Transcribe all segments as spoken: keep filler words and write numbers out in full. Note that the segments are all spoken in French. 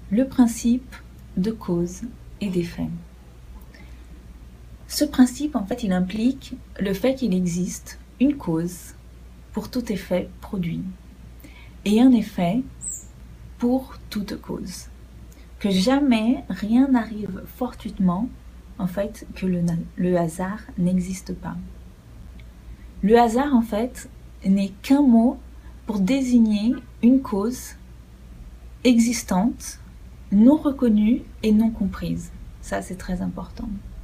le principe de cause et d'effet. Ce principe, en fait, il implique le fait qu'il existe une cause pour tout effet produit et un effet pour toute cause. Que jamais rien n'arrive fortuitement, en fait, que le, le hasard n'existe pas. Le hasard, en fait, n'est qu'un mot pour désigner une cause existante, non reconnue et non comprise. Ça, c'est très important.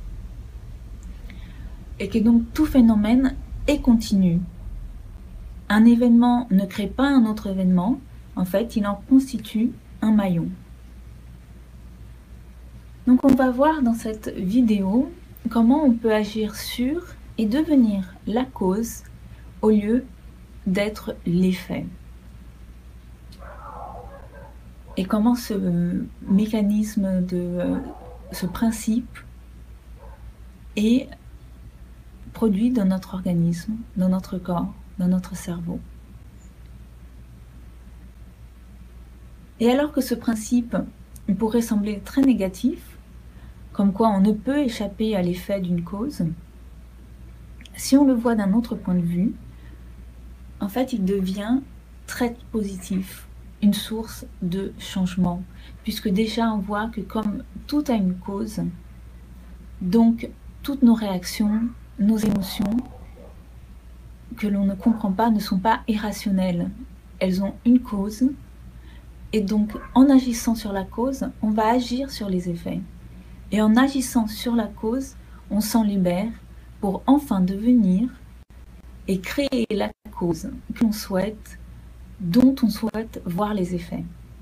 Et que donc tout phénomène est continu. Un événement ne crée pas un autre événement, en fait, il en constitue un maillon. Donc on va voir dans cette vidéo comment on peut agir sur et devenir la cause au lieu d'être l'effet. Et comment ce mécanisme, de, ce principe est produit dans notre organisme, dans notre corps, dans notre cerveau. Et alors que ce principe pourrait sembler très négatif, comme quoi on ne peut échapper à l'effet d'une cause, si on le voit d'un autre point de vue, en fait il devient très positif, une source de changement, puisque déjà on voit que comme tout a une cause, donc toutes nos réactions, nos émotions, que l'on ne comprend pas, ne sont pas irrationnelles. Elles ont une cause, et donc en agissant sur la cause, on va agir sur les effets. Et en agissant sur la cause, on s'en libère pour enfin devenir et créer la cause que l'on souhaite, dont on souhaite voir les effets.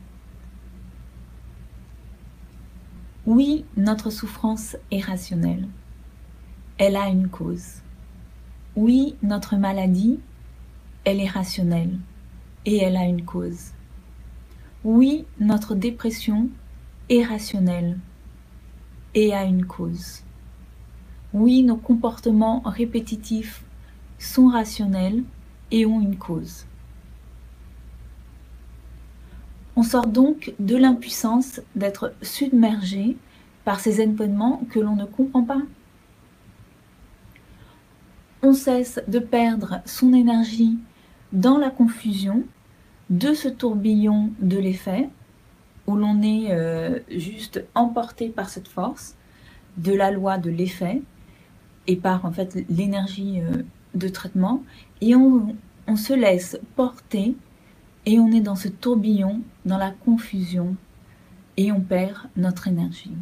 Oui, notre souffrance est rationnelle. Elle a une cause. Oui, notre maladie, elle est rationnelle et elle a une cause. Oui, notre dépression est rationnelle et a une cause. Oui, nos comportements répétitifs sont rationnels et ont une cause. On sort donc de l'impuissance d'être submergé par ces événements que l'on ne comprend pas. On cesse de perdre son énergie dans la confusion de ce tourbillon de l'effet, où l'on est euh, juste emporté par cette force de la loi de l'effet et par en fait l'énergie euh, de traitement, et on, on se laisse porter et on est dans ce tourbillon, dans la confusion, et on perd notre énergie.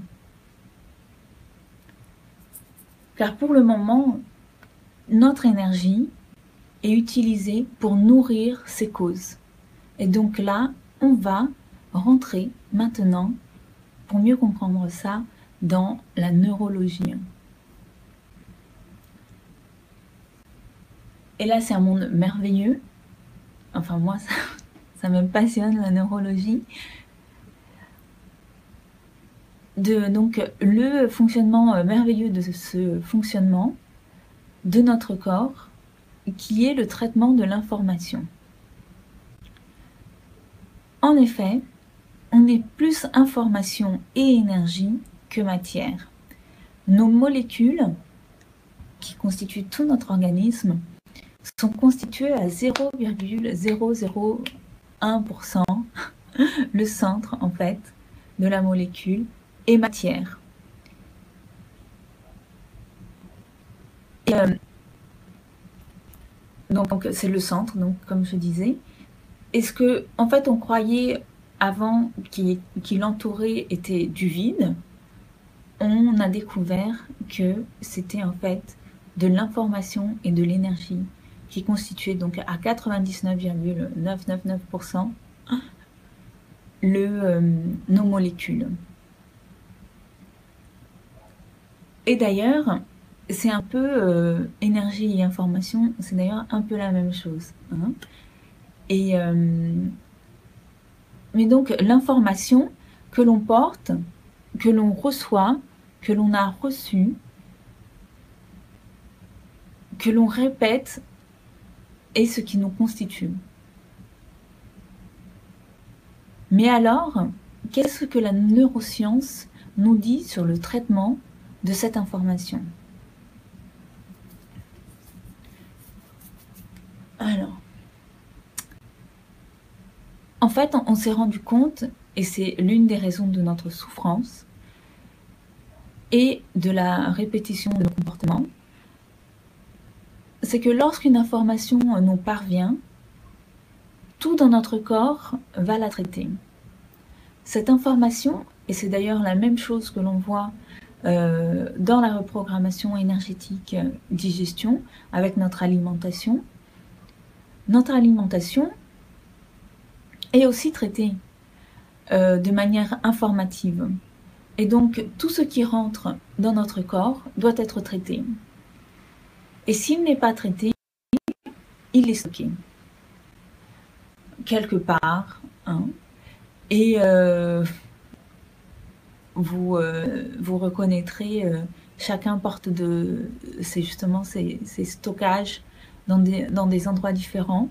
Car pour le moment, notre énergie est utilisée pour nourrir ces causes. Et donc là, on va rentrer maintenant, pour mieux comprendre ça, dans la neurologie. Et là, c'est un monde merveilleux. Enfin, moi, ça, ça me passionne, la neurologie. De, donc, le fonctionnement merveilleux de ce fonctionnement de notre corps, qui est le traitement de l'information. En effet, on est plus information et énergie que matière. Nos molécules, qui constituent tout notre organisme, sont constituées à zéro virgule zéro zéro un pour cent. Le centre, en fait, de la molécule est matière. Et, euh, donc, donc c'est le centre, donc comme je disais. Est-ce que, en fait, on croyait avant qu'il qui l'entourait était du vide? On a découvert que c'était en fait de l'information et de l'énergie qui constituaient donc à quatre-vingt-dix-neuf virgule neuf cent quatre-vingt-dix-neuf pour cent le, euh, nos molécules. Et d'ailleurs, c'est un peu euh, énergie et information, c'est d'ailleurs un peu la même chose. Hein. Et euh, mais donc l'information que l'on porte, que l'on reçoit, que l'on a reçue, que l'on répète, est ce qui nous constitue. Mais alors, qu'est-ce que la neuroscience nous dit sur le traitement de cette information? Alors, en fait, on, on s'est rendu compte, et c'est l'une des raisons de notre souffrance et de la répétition de nos comportements, c'est que lorsqu'une information nous parvient, tout dans notre corps va la traiter. Cette information, et c'est d'ailleurs la même chose que l'on voit euh, dans la reprogrammation énergétique euh, digestion avec notre alimentation, notre alimentation est aussi traitée euh, de manière informative. Et donc, tout ce qui rentre dans notre corps doit être traité. Et s'il n'est pas traité, il est stocké quelque part, hein, et euh, vous, euh, vous reconnaîtrez, euh, chacun porte de, c'est justement ces, ces stockages dans des, dans des endroits différents.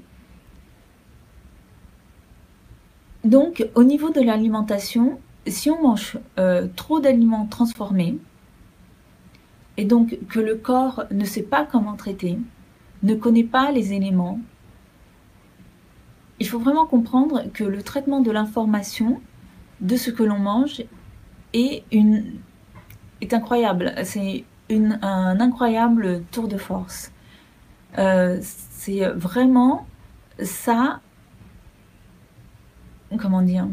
Donc, au niveau de l'alimentation, si on mange euh, trop d'aliments transformés, et donc que le corps ne sait pas comment traiter, ne connaît pas les éléments, il faut vraiment comprendre que le traitement de l'information de ce que l'on mange est, une, est incroyable. C'est une, un incroyable tour de force. Euh, c'est vraiment ça, comment dire,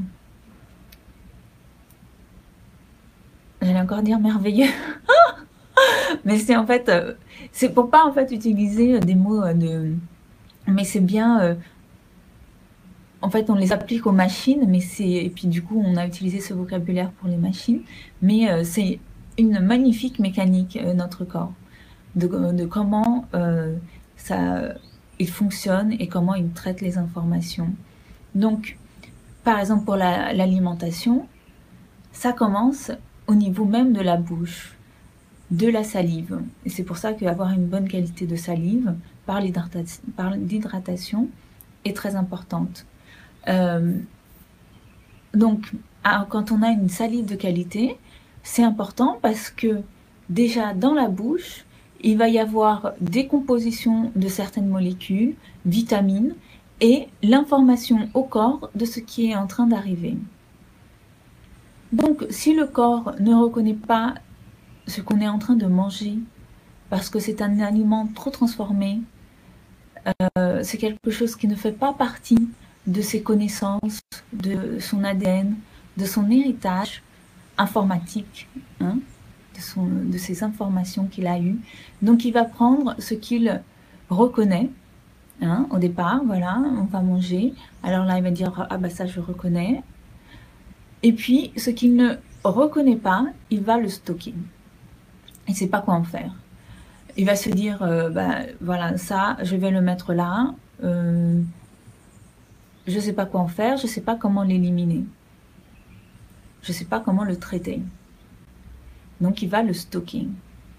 j'allais encore dire merveilleux, mais c'est en fait, c'est pour pas en fait utiliser des mots de, mais c'est bien, euh, en fait on les applique aux machines, mais c'est, et puis du coup on a utilisé ce vocabulaire pour les machines, mais euh, c'est une magnifique mécanique, euh, notre corps, de, de comment euh, ça, il fonctionne et comment il traite les informations. Donc, par exemple pour la, l'alimentation, ça commence au niveau même de la bouche, de la salive. Et c'est pour ça qu'avoir une bonne qualité de salive par l'hydratation est très importante. Euh, donc, quand on a une salive de qualité, c'est important parce que déjà dans la bouche, il va y avoir décomposition de certaines molécules, vitamines, et l'information au corps de ce qui est en train d'arriver. Donc, si le corps ne reconnaît pas ce qu'on est en train de manger, parce que c'est un aliment trop transformé, euh, c'est quelque chose qui ne fait pas partie de ses connaissances, de son A D N, de son héritage informatique, hein, de, son, de ses informations qu'il a eues. Donc il va prendre ce qu'il reconnaît, hein, au départ, voilà, on va manger, alors là il va dire « ah bah ça je reconnais », et puis ce qu'il ne reconnaît pas, il va le stocker. Il ne sait pas quoi en faire. Il va se dire, euh, bah, voilà, ça, je vais le mettre là. Euh, je ne sais pas quoi en faire, je ne sais pas comment l'éliminer. Je ne sais pas comment le traiter. Donc, il va le stocker.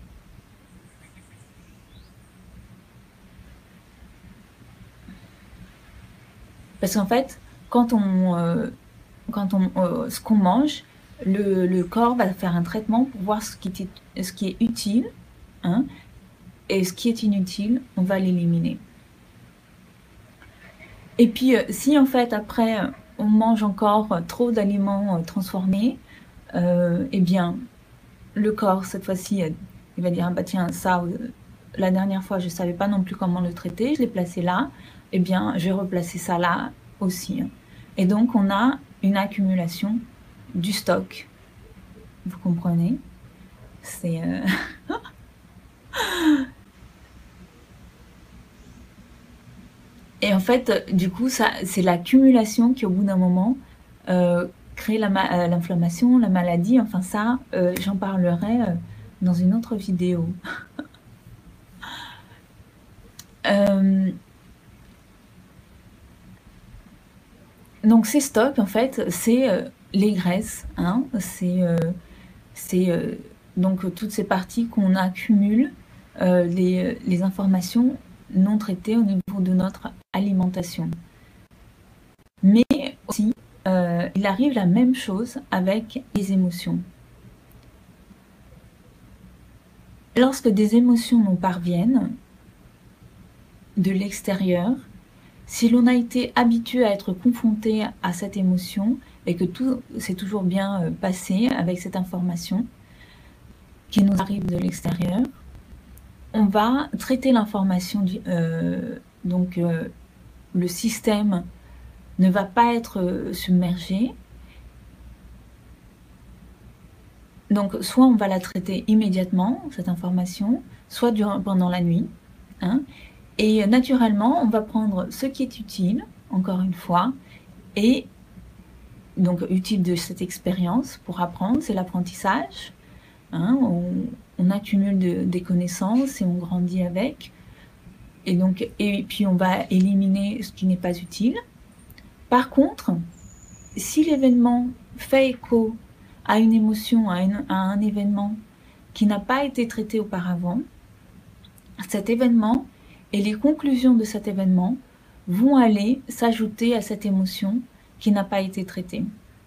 Parce qu'en fait, quand on, euh, quand on, euh, ce qu'on mange, le, le corps va faire un traitement pour voir ce qui est, ce qui est utile, hein, et ce qui est inutile, on va l'éliminer. Et puis, euh, si en fait, après, on mange encore trop d'aliments euh, transformés, euh, eh bien, le corps, cette fois-ci, il va dire, ah bah tiens, ça, euh, la dernière fois, je ne savais pas non plus comment le traiter, je l'ai placé là, eh bien, je vais replacer ça là aussi. Et donc, on a une accumulation du stock. Vous comprenez? C'est... Euh... Et en fait, du coup, ça, c'est l'accumulation qui, au bout d'un moment, euh, crée la ma- euh, l'inflammation, la maladie. Enfin, ça, euh, j'en parlerai euh, dans une autre vidéo. euh, donc, ces stocks, en fait, c'est euh, les graisses. Hein, c'est euh, c'est euh, donc toutes ces parties qu'on accumule, euh, les, les informations non traitées au niveau de notre alimentation. Mais aussi, euh, il arrive la même chose avec les émotions. Lorsque des émotions nous parviennent de l'extérieur, si l'on a été habitué à être confronté à cette émotion et que tout s'est toujours bien euh, passé avec cette information qui nous arrive de l'extérieur, on va traiter l'information, euh, donc euh, le système ne va pas être euh, submergé. Donc soit on va la traiter immédiatement, cette information, soit durant, pendant la nuit. Hein, et naturellement, on va prendre ce qui est utile, encore une fois, et donc utile de cette expérience pour apprendre, c'est l'apprentissage. Hein, on, on accumule de, des connaissances et on grandit avec. Et, donc, et puis on va éliminer ce qui n'est pas utile. Par contre, si l'événement fait écho à une émotion, à, une, à un événement qui n'a pas été traité auparavant, cet événement et les conclusions de cet événement vont aller s'ajouter à cette émotion qui n'a pas été traitée.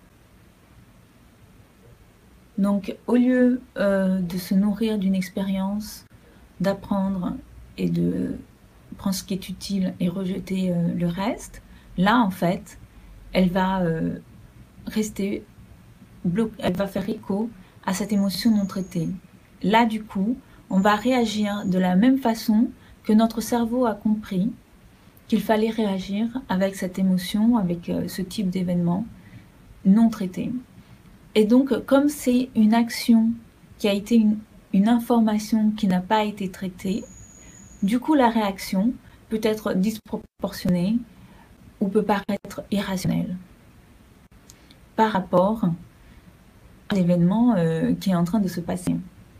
Donc, au lieu euh, de se nourrir d'une expérience, d'apprendre et de prendre ce qui est utile et rejeter euh, le reste, là, en fait, elle va euh, rester bloquée, elle va faire écho à cette émotion non traitée. Là, du coup, on va réagir de la même façon que notre cerveau a compris qu'il fallait réagir avec cette émotion, avec euh, ce type d'événement non traité. Et donc, comme c'est une action qui a été une, une information qui n'a pas été traitée, du coup, la réaction peut être disproportionnée ou peut paraître irrationnelle par rapport à l'événement euh, qui est en train de se passer.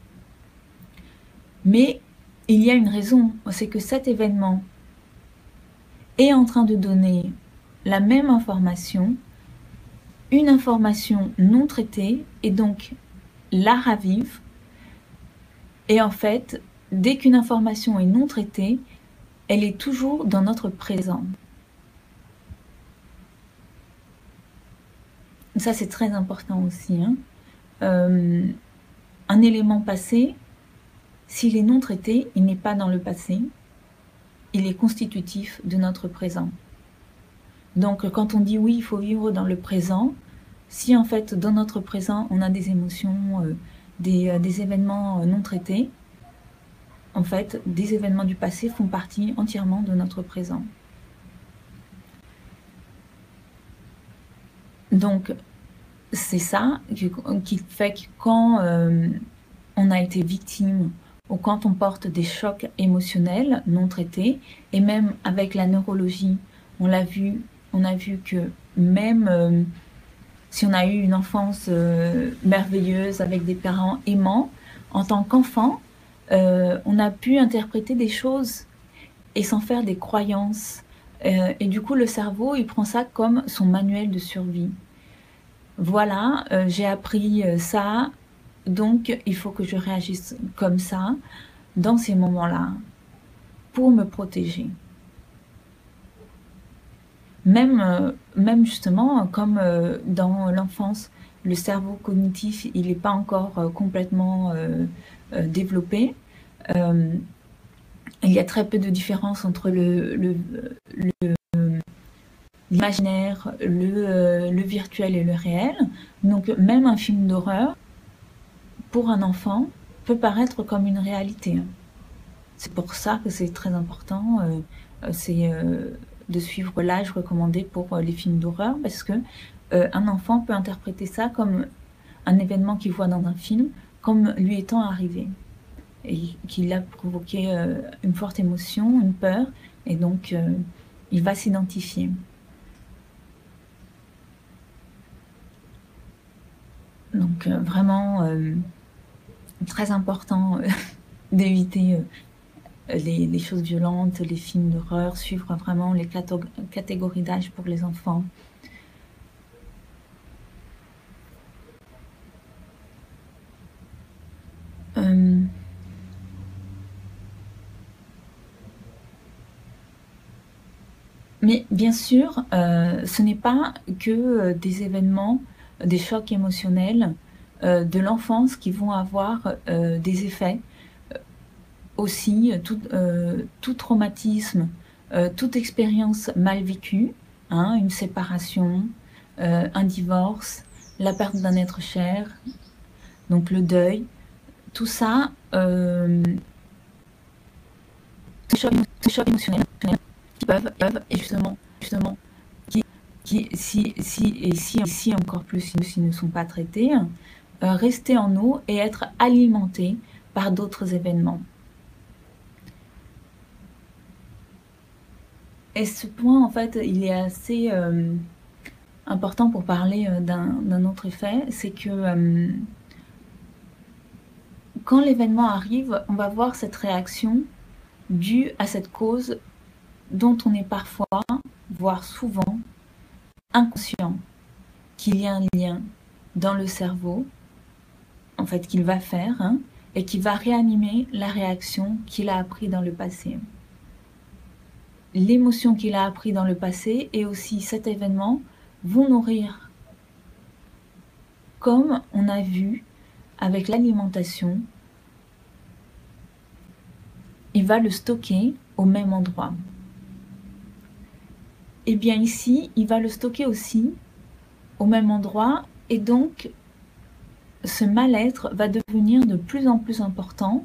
Mais il y a une raison, c'est que cet événement est en train de donner la même information, une information non traitée, et donc la ravive. Et en fait, dès qu'une information est non traitée, elle est toujours dans notre présent. Ça, c'est très important aussi. Hein. Euh, un élément passé, s'il est non traité, il n'est pas dans le passé, il est constitutif de notre présent. Donc, quand on dit oui, il faut vivre dans le présent, si en fait, dans notre présent, on a des émotions, euh, des, euh, des événements non traités, en fait, des événements du passé font partie entièrement de notre présent. Donc, c'est ça qui, qui fait que quand euh, on a été victime ou quand on porte des chocs émotionnels non traités, et même avec la neurologie, on l'a vu, on a vu que même euh, si on a eu une enfance euh, merveilleuse avec des parents aimants, en tant qu'enfant, euh, on a pu interpréter des choses et s'en faire des croyances. Euh, et du coup, le cerveau, il prend ça comme son manuel de survie. Voilà, euh, j'ai appris ça, donc il faut que je réagisse comme ça, dans ces moments-là, pour me protéger. Même, euh, même justement, comme euh, dans l'enfance, le cerveau cognitif, il n'est pas encore euh, complètement euh, euh, développé. Euh, il y a très peu de différence entre le, le, le l'imaginaire, le, euh, le virtuel et le réel. Donc même un film d'horreur, pour un enfant, peut paraître comme une réalité. C'est pour ça que c'est très important, euh, c'est euh, de suivre l'âge recommandé pour les films d'horreur, parce que euh, un enfant peut interpréter ça comme un événement qu'il voit dans un film, comme lui étant arrivé, et qu'il a provoqué euh, une forte émotion, une peur, et donc euh, il va s'identifier. Donc euh, vraiment euh, très important euh, d'éviter euh, les, les choses violentes, les films d'horreur, suivre vraiment les catégories d'âge pour les enfants. Euh, mais Mais bien sûr, euh, ce n'est pas que euh, des événements, des chocs émotionnels euh, de l'enfance qui vont avoir euh, des effets. Aussi, tout, euh, tout traumatisme, euh, toute expérience mal vécue, hein, une séparation, euh, un divorce, la perte d'un être cher, donc le deuil, tout ça, euh, ces chocs, ces chocs émotionnels qui peuvent, peuvent et justement, justement, qui, qui si, si, et si, si encore plus, s'ils si, ne sont pas traités, euh, rester en nous et être alimentés par d'autres événements. Et ce point, en fait, il est assez euh, important pour parler euh, d'un autre effet, c'est que euh, quand l'événement arrive, on va voir cette réaction due à cette cause dont on est parfois, voire souvent, inconscient, qu'il y a un lien dans le cerveau, en fait, qu'il va faire, hein, et qui va réanimer la réaction qu'il a appris dans le passé. L'émotion qu'il a appris dans le passé et aussi cet événement vont nourrir, comme on a vu avec l'alimentation, il va le stocker au même endroit. Et bien ici, il va le stocker aussi au même endroit et donc ce mal-être va devenir de plus en plus important.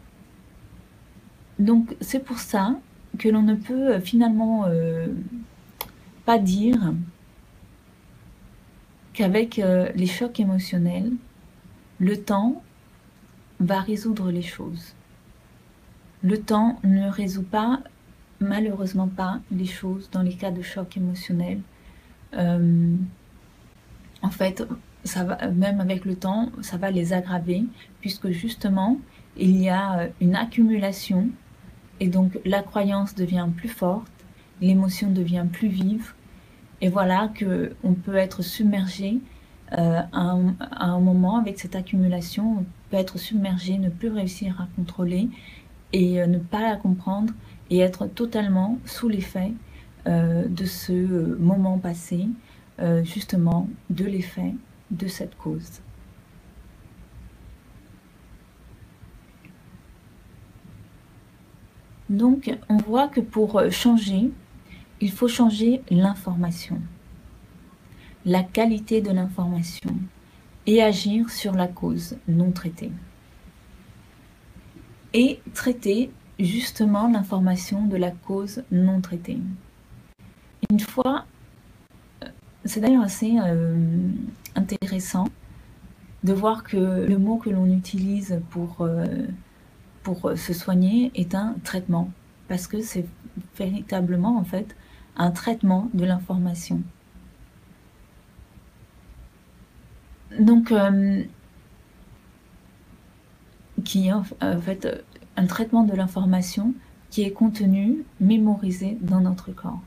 Donc c'est pour ça que l'on ne peut finalement euh, pas dire qu'avec euh, les chocs émotionnels, le temps va résoudre les choses. Le temps ne résout pas, malheureusement pas, les choses dans les cas de choc émotionnel. Euh, en fait, ça va, même avec le temps, ça va les aggraver, puisque justement, il y a une accumulation, et donc la croyance devient plus forte, l'émotion devient plus vive, et voilà qu'on peut être submergé euh, à, un, à un moment avec cette accumulation, on peut être submergé, ne plus réussir à contrôler, et euh, ne pas la comprendre, et être totalement sous l'effet euh, de ce euh, moment passé, euh, justement de l'effet de cette cause. Donc, on voit que pour changer, il faut changer l'information, la qualité de l'information, et agir sur la cause non traitée. Et traiter justement l'information de la cause non traitée. Une fois, c'est d'ailleurs assez euh, intéressant de voir que le mot que l'on utilise pour, euh, pour se soigner est un traitement, parce que c'est véritablement en fait un traitement de l'information. Donc, euh, qui est en fait un traitement de l'information qui est contenu, mémorisé dans notre corps.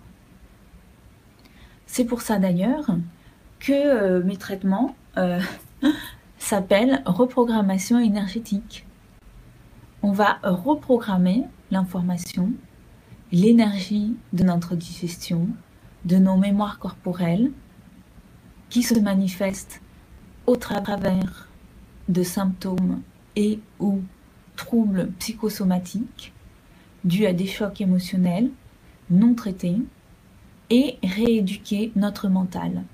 C'est pour ça d'ailleurs que euh, mes traitements euh, s'appellent reprogrammation énergétique. On va reprogrammer l'information, l'énergie de notre digestion, de nos mémoires corporelles, qui se manifestent au travers de symptômes et ou troubles psychosomatiques dus à des chocs émotionnels non traités, et rééduquer notre mental.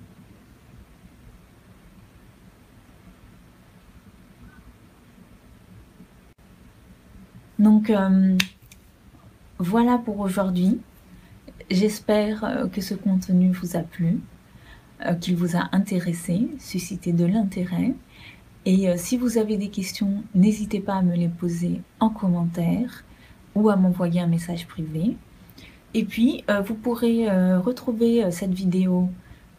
Donc euh, voilà pour aujourd'hui. J'espère que ce contenu vous a plu, euh, qu'il vous a intéressé, suscité de l'intérêt. Et euh, si vous avez des questions, n'hésitez pas à me les poser en commentaire ou à m'envoyer un message privé. Et puis, euh, vous pourrez euh, retrouver euh, cette vidéo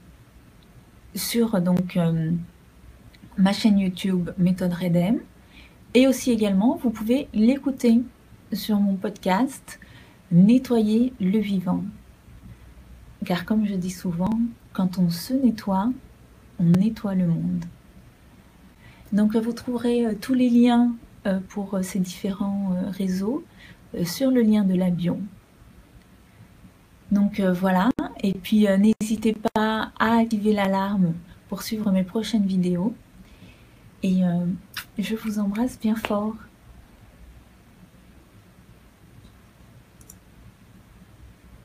sur donc, euh, ma chaîne YouTube Méthode Redem. Et aussi également, vous pouvez l'écouter sur mon podcast Nettoyer le vivant. Car comme je dis souvent, quand on se nettoie, on nettoie le monde. Donc vous trouverez euh, tous les liens euh, pour euh, ces différents euh, réseaux euh, sur le lien de la bio. Donc euh, voilà, et puis euh, n'hésitez pas à activer l'alarme pour suivre mes prochaines vidéos. Et euh, je vous embrasse bien fort.